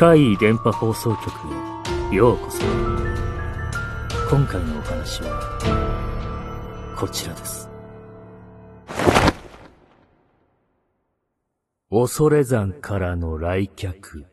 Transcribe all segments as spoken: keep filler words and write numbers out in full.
怪異電波放送局へようこそ。今回のお話はこちらです。恐山からの来客。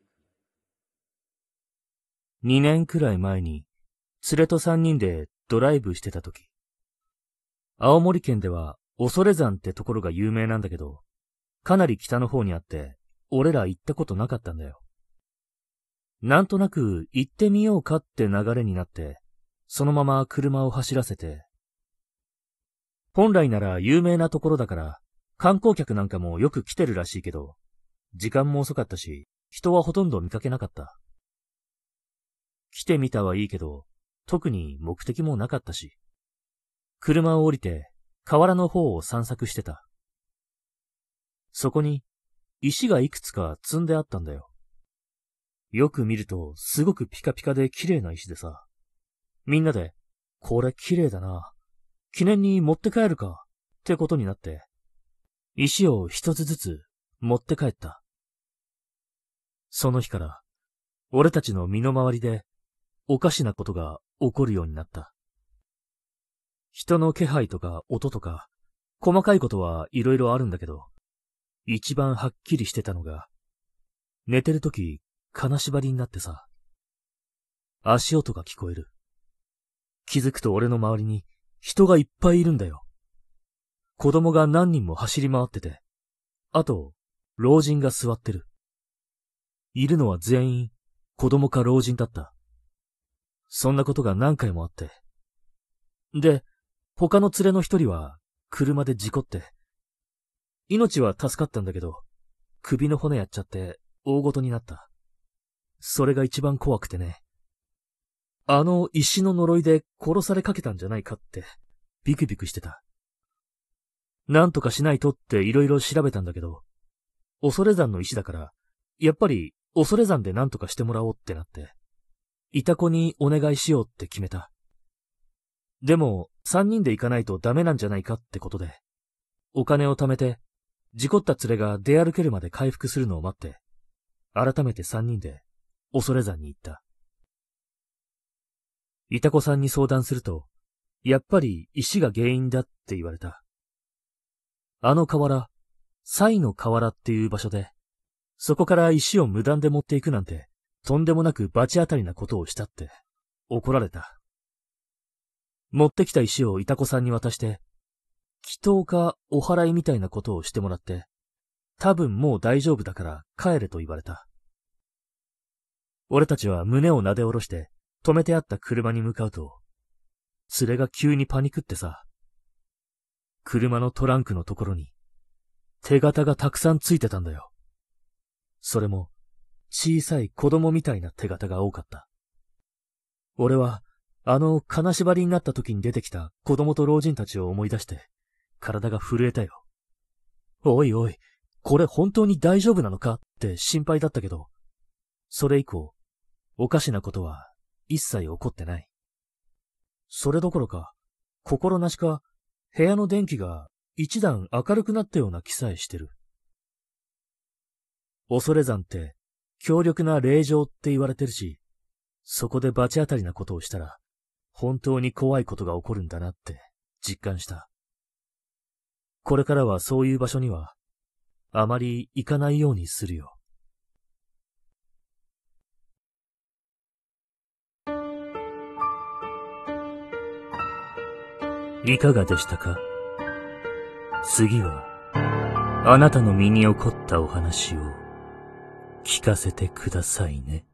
にねんくらい前に連れとさんにんでドライブしてた時、青森県では恐山ってところが有名なんだけど、かなり北の方にあって俺ら行ったことなかったんだよ。なんとなく行ってみようかって流れになって、そのまま車を走らせて、本来なら有名なところだから観光客なんかもよく来てるらしいけど、時間も遅かったし、人はほとんど見かけなかった。来てみたはいいけど、特に目的もなかったし、車を降りて河原の方を散策してた。そこに石がいくつか積んであったんだよ。よく見るとすごくピカピカで綺麗な石でさ、みんなで、これ綺麗だな、記念に持って帰るかってことになって、石を一つずつ持って帰った。その日から、俺たちの身の回りでおかしなことが起こるようになった。人の気配とか音とか、細かいことはいろいろあるんだけど、一番はっきりしてたのが、寝てるとき金縛りになってさ、足音が聞こえる。気づくと俺の周りに人がいっぱいいるんだよ。子供が何人も走り回ってて、あと、老人が座ってる。いるのは全員子供か老人だった。そんなことが何回もあって。で、他の連れの一人は車で事故って、命は助かったんだけど、首の骨やっちゃって大ごとになった。それが一番怖くてね。あの石の呪いで殺されかけたんじゃないかってビクビクしてた。なんとかしないとっていろいろ調べたんだけど、恐山の石だから、やっぱり恐山でなんとかしてもらおうってなって、イタコにお願いしようって決めた。でも三人で行かないとダメなんじゃないかってことで、お金を貯めて、事故った連れが出歩けるまで回復するのを待って、改めて三人で恐山に行った。イタコさんに相談すると、やっぱり石が原因だって言われた。あの河原、西の河原っていう場所で、そこから石を無断で持っていくなんて、とんでもなく罰当たりなことをしたって怒られた。持ってきた石をイタコさんに渡して、祈祷かお祓いみたいなことをしてもらって、多分もう大丈夫だから帰れと言われた。俺たちは胸をなで下ろして止めてあった車に向かうと、連れが急にパニクってさ、車のトランクのところに手形がたくさんついてたんだよ。それも小さい子供みたいな手形が多かった。俺はあの金縛りになった時に出てきた子供と老人たちを思い出して体が震えたよ。おいおい、これ本当に大丈夫なのかって心配だったけど、それ以降おかしなことは一切起こってない。それどころか、心なしか部屋の電気が一段明るくなったような気さえしてる。恐山って強力な霊場って言われてるし、そこで罰当たりなことをしたら本当に怖いことが起こるんだなって実感した。これからはそういう場所にはあまり行かないようにするよ。いかがでしたか？次はあなたの身に起こったお話を聞かせてくださいね。